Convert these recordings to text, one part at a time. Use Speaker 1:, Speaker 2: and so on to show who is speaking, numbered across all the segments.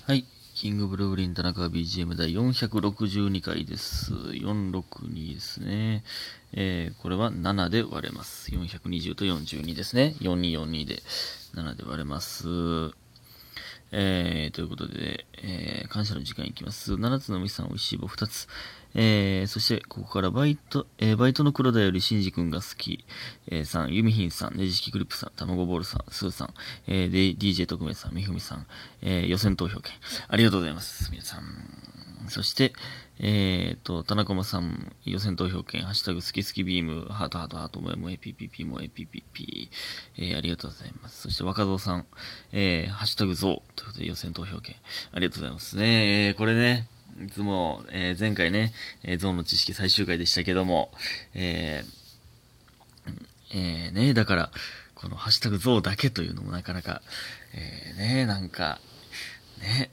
Speaker 1: はい。キングブルーリン田中 BGM 第462回です。462ですね。これは7で割れます。420と42ですね。4242で7で割れます。ということで、感謝の時間いきます。7つのミスさん、おいしい棒2つ。そして、ここからバイトの黒田よりしんじくんが好き、さん、ゆみひんさん、ねじ式クリップさん、たまごボールさん、スーさん、DJ 特命さん、みふみさん、予選投票権、ありがとうございます、皆さん。そして、田中間さん、予選投票権、ハッシュタグ好き好きビーム、ハートハートハート、もえもえピピピもえピピピ、ありがとうございます。そして若造さん、ハッシュタグゾウということで予選投票権、ありがとうございますね。これね、いつも、前回ね、ゾウの知識最終回でしたけども、ね、だから、このハッシュタグゾウだけというのもなかなか、なんか、ね、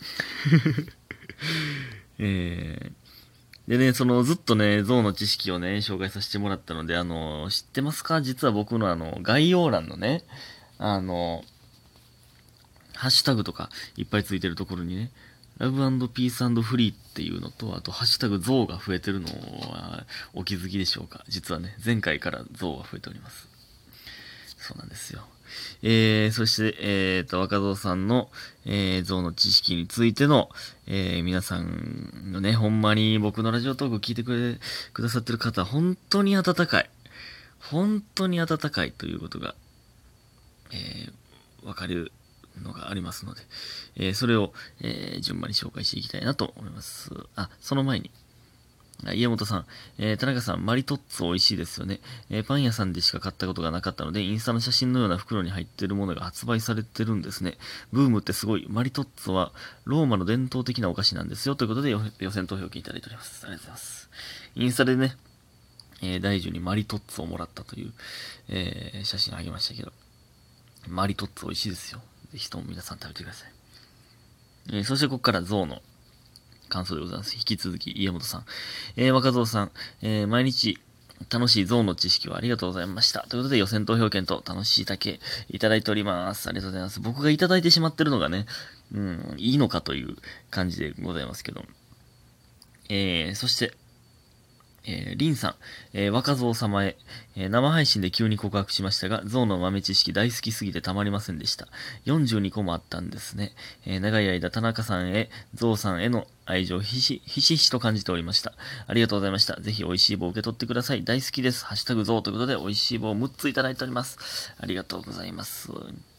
Speaker 1: でね、ずっとね、象の知識をね、紹介させてもらったので、知ってますか？実は僕の概要欄のね、あの、ハッシュタグとかいっぱいついてるところにね、ラブピースフリーっていうのと、あと、ハッシュタグ象が増えてるのはお気づきでしょうか？実はね、前回から象が増えております。そうなんですよ。そして、若造さんの、象の知識についての、皆さんのね、ほんまに僕のラジオトーク聞いてくださってる方、本当に温かい。本当に温かいということが、わかるのがありますので、それを、順番に紹介していきたいなと思います。あ、その前に、家元さん、田中さん、マリトッツォ美味しいですよね。パン屋さんでしか買ったことがなかったので、インスタの写真のような袋に入っているものが発売されてるんですね。ブームってすごい。マリトッツォはローマの伝統的なお菓子なんですよ。ということで予選投票権いただいております。ありがとうございます。インスタでね、大樹にマリトッツォをもらったという、写真あげましたけど、マリトッツォ美味しいですよ。ぜひとも皆さん食べてください。そしてここからゾウの感想でございます。引き続き、家元さん。若造さん、毎日、楽しいゾウの知識をありがとうございました。ということで予選投票権と楽しいだけいただいております。ありがとうございます。僕がいただいてしまってるのがね、いいのかという感じでございますけど。そして、リンさん、若造様へ、生配信で急に告白しましたが、象の豆知識大好きすぎてたまりませんでした。42個もあったんですね。長い間、田中さんへ、象さんへの愛情ひしひしと感じておりました。ありがとうございました。ぜひ美味しい棒を受け取ってください。大好きです。ハッシュタグ象ということで、美味しい棒を6ついただいております。ありがとうございます。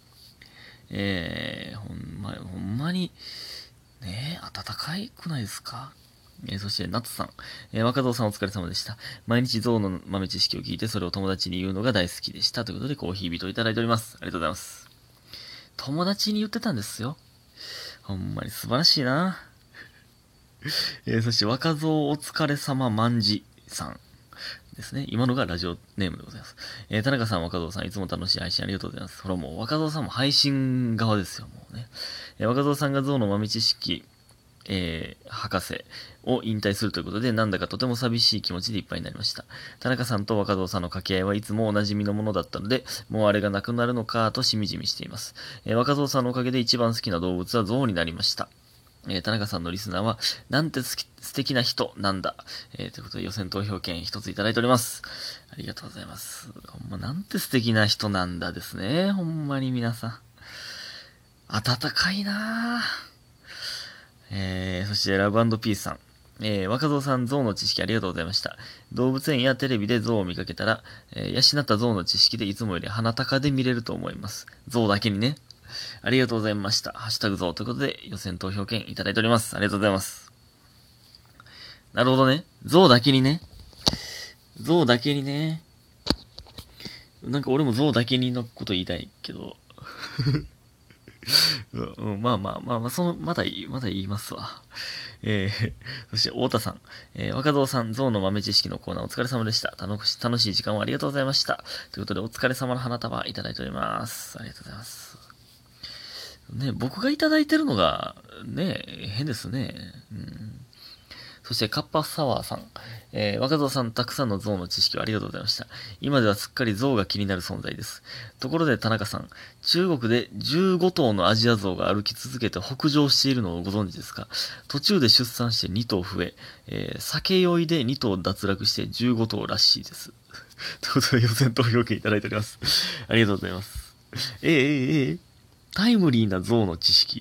Speaker 1: ほんまに、ね温かいくないですか？そして、ナツさん。若造さんお疲れ様でした。毎日象の豆知識を聞いて、それを友達に言うのが大好きでした。ということで、コーヒー人いただいております。ありがとうございます。友達に言ってたんですよ。ほんまに素晴らしいな。そして、若造お疲れ様まんじさん。ですね。今のがラジオネームでございます。田中さん、若造さん、いつも楽しい配信ありがとうございます。ほらもう、若造さんも配信側ですよ、もうね。若造さんが象の豆知識、博士を引退するということで、なんだかとても寂しい気持ちでいっぱいになりました。田中さんと若造さんの掛け合いはいつもお馴染みのものだったので、もうあれがなくなるのかとしみじみしています。若造さんのおかげで一番好きな動物は象になりました。田中さんのリスナーは、なんて素敵な人なんだ。ということで予選投票権一ついただいております。ありがとうございます。ほんま、なんて素敵な人なんだですね。ほんまに皆さん。温かいなぁ。そしてラブピースさん。若造さん、象の知識ありがとうございました。動物園やテレビで象を見かけたら、養った象の知識でいつもより鼻高で見れると思います。象だけにね。ありがとうございました。ハッシュタグ象ということで予選投票権いただいております。ありがとうございます。なるほどね。象だけにね。象だけにね。なんか俺も象だけにのこと言いたいけど。まあまあまあまあ、まだ言いますわ。そして、太田さん。若造さん、象の豆知識のコーナーお疲れ様でした。楽しい時間をありがとうございました。ということで、お疲れ様の花束いただいております。ありがとうございます。ね、僕がいただいてるのが、ね、変ですね。うん。 そしてカッパサワーさん。若造さん、たくさんの象の知識をありがとうございました。今ではすっかり象が気になる存在です。ところで田中さん、中国で15頭のアジアゾウが歩き続けて北上しているのをご存知ですか？途中で出産して2頭増え、酒酔いで2頭脱落して15頭らしいです。ということで予選投票権いただいております。ありがとうございます。タイムリーな象の知識。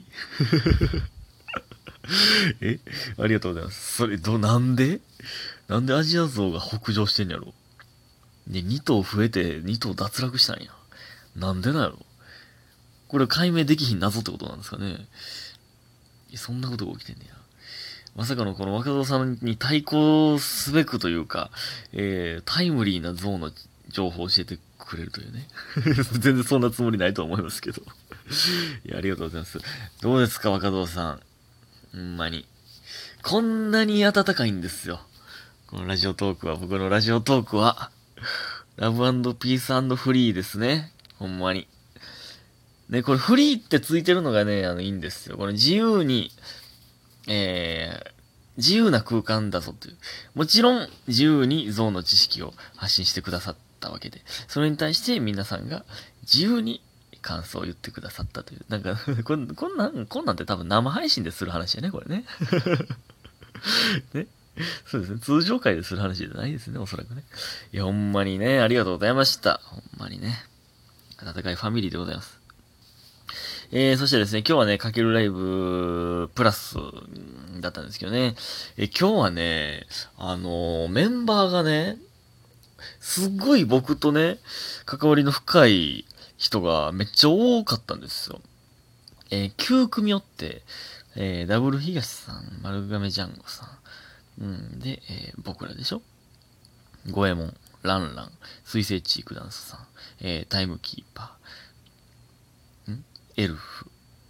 Speaker 1: ありがとうございます。それ、なんでアジアゾウが北上してんやろ？で、2頭増えて2頭脱落したんや。なんでなんやろ？これ解明できひん謎ってことなんですかね。そんなことが起きてんねや。まさかのこの若造さんに対抗すべくというか、タイムリーなゾウの情報を教えてくれるというね。全然そんなつもりないと思いますけど。いや、ありがとうございます。どうですか、若造さん。ほんまに。こんなに温かいんですよ。このラジオトークは、僕のラジオトークは、ラブピースフリーですね。ほんまに。ね、これフリーってついてるのがね、いいんですよ。この自由に、自由な空間だぞという。もちろん、自由に象の知識を発信してくださったわけで、それに対して皆さんが自由に感想を言ってくださったという。なんかこんなんって多分生配信でする話やね、これね。ね。そうですね。通常回でする話じゃないですね、おそらくね。いや、ほんまにね、ありがとうございました。ほんまにね。温かいファミリーでございます。そしてですね、今日はね、かけるライブプラスだったんですけどね、今日はね、メンバーがね、すっごい僕とね、関わりの深い人がめっちゃ多かったんですよ。9組おって、ダブル東さん、丸亀ジャンゴさん、で、僕らでしょ？ゴエモン、ランラン、水星チークダンスさん、タイムキーパー、エルフ、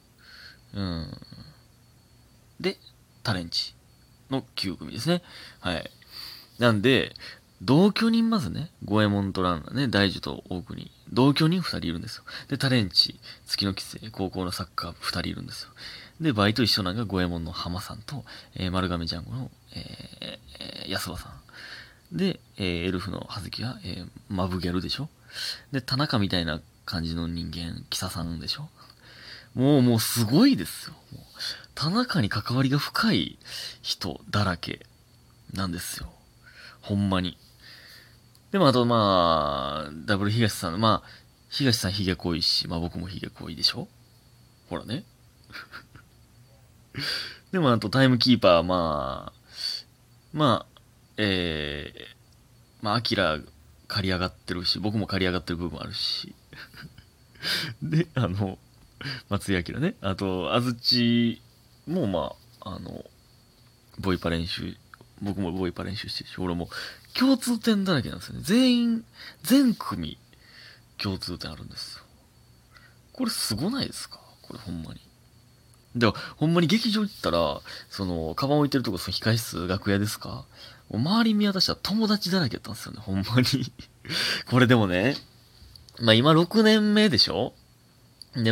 Speaker 1: で、タレンチの9組ですね。はい。なんで、同居人まずね、ゴエモンとランナね、大樹と大国、同居人2人いるんですよ。で、タレンチ、月の規制、高校のサッカー部2人いるんですよ。で、バイト一緒なのがゴエモンの浜さんと、丸亀ジャンゴの、安場さん。で、エルフの葉月は、マブギャルでしょ。で、田中みたいな感じの人間、キサさんでしょ。もうすごいですよ。もう田中に関わりが深い人だらけなんですよ。ほんまに。でもあとダブル東さん、東さんヒゲ濃いし、僕もヒゲ濃いでしょ？ほらね。でもあとタイムキーパー、まあ、アキラ刈り上がってるし、僕も刈り上がってる部分あるし。で、松井明ね。あと、安土もボイパ練習、僕もボイパ練習してるし、俺も共通点だらけなんですよね。全組共通点あるんですよ。これすごないですか？これほんまに。では、ほんまに劇場行ったら、カバン置いてるとこ、控室、楽屋ですか？もう周り見渡したら友達だらけだったんですよね、ほんまに。これでもね、今6年目でしょ？で、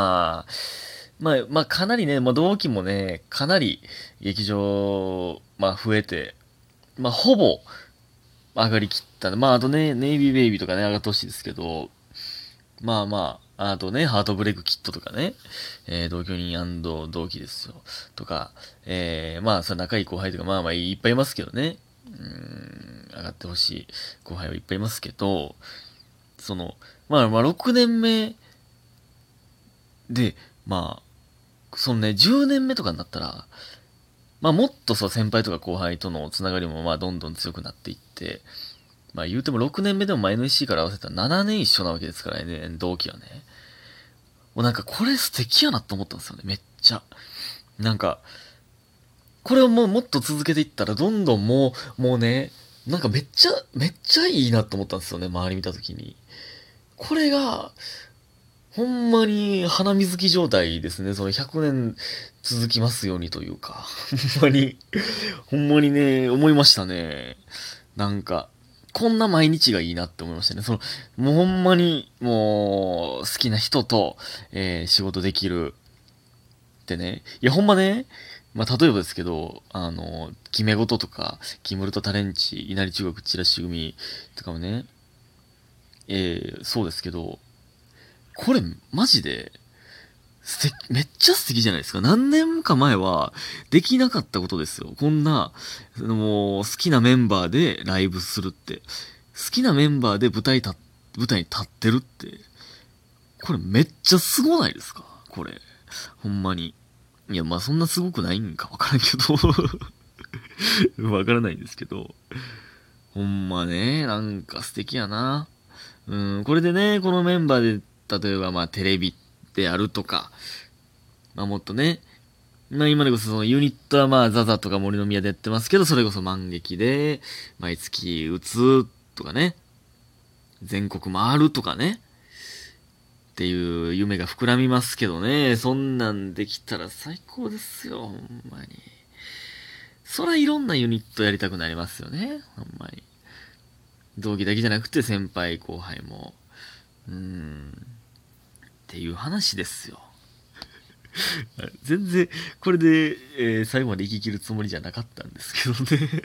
Speaker 1: かなりね、同期もね、かなり劇場、増えて、ほぼ上がりきったんで、あとね、ネイビーベイビーとかね、上がってほしいですけど、あとね、ハートブレイクキットとかね、同居人同期ですよ。とか、その仲いい後輩とか、いっぱいいますけどね。上がってほしい後輩はいっぱいいますけど、6年目で、10年目とかになったら、もっと先輩とか後輩とのつながりもどんどん強くなっていって、言うても6年目でも前の SC から合わせたら7年一緒なわけですからね、同期はね。もうなんかこれ素敵やなと思ったんですよね、めっちゃ。なんか、これをもっと続けていったらどんどんもうね、なんかめっちゃいいなと思ったんですよね、周り見たときに。これが、ほんまに花水木状態ですね。その100年続きますようにというか。ほんまにね、思いましたね。なんか、こんな毎日がいいなって思いましたね。もうほんまに、もう、好きな人と、仕事できる。 ってね、いやほんまね、まあ例えばですけど、決め事とか、キムルとタレンチ、稲荷中学チラシ組とかもね、そうですけど、これマジで、めっちゃ素敵じゃないですか。何年か前はできなかったことですよ。こんな、もう好きなメンバーでライブするって。好きなメンバーで舞台に立ってるって。これめっちゃすごないですかこれ。ほんまに。いや、まあそんなすごくないんかわからんけど。わからないんですけど。ほんまね、なんか素敵やな。これでね、このメンバーで、例えばまあテレビであるとか、まあもっとね、まあ今でこそそのユニットはまあザザとか森の宮でやってますけど、それこそ満劇で、毎月打つとかね、全国回るとかね、っていう夢が膨らみますけどね、そんなんできたら最高ですよ、ほんまに。そらいろんなユニットやりたくなりますよね、ほんまに。同期だけじゃなくて先輩後輩も。っていう話ですよ。全然、これで、最後まで生き切るつもりじゃなかったんですけどね。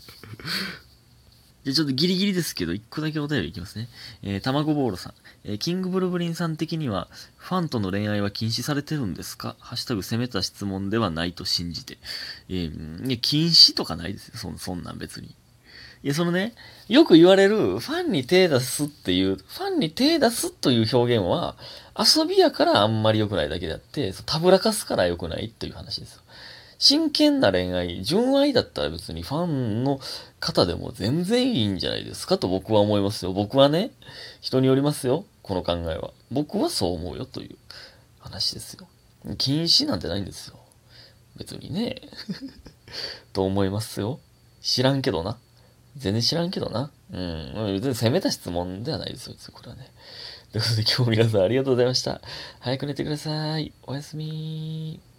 Speaker 1: じゃちょっとギリギリですけど、一個だけお便りいきますね。たまごボーロさん。キングブルブリンさん的には、ファンとの恋愛は禁止されてるんですか？ハッシュタグ攻めた質問ではないと信じて。いや、禁止とかないですよ。そんなん別に。いや、そのね、よく言われる、ファンに手出すっていう、ファンに手出すという表現は、遊びやからあんまり良くないだけであって、たぶらかすから良くないっていう話ですよ。真剣な恋愛、純愛だったら別にファンの方でも全然いいんじゃないですかと僕は思いますよ。僕はね、人によりますよ。この考えは。僕はそう思うよという話ですよ。禁止なんてないんですよ。別にね。と思いますよ。知らんけどな。全然知らんけどな。別に攻めた質問ではないですよ、これはね。ということで今日も皆さんありがとうございました。早く寝てください。おやすみ。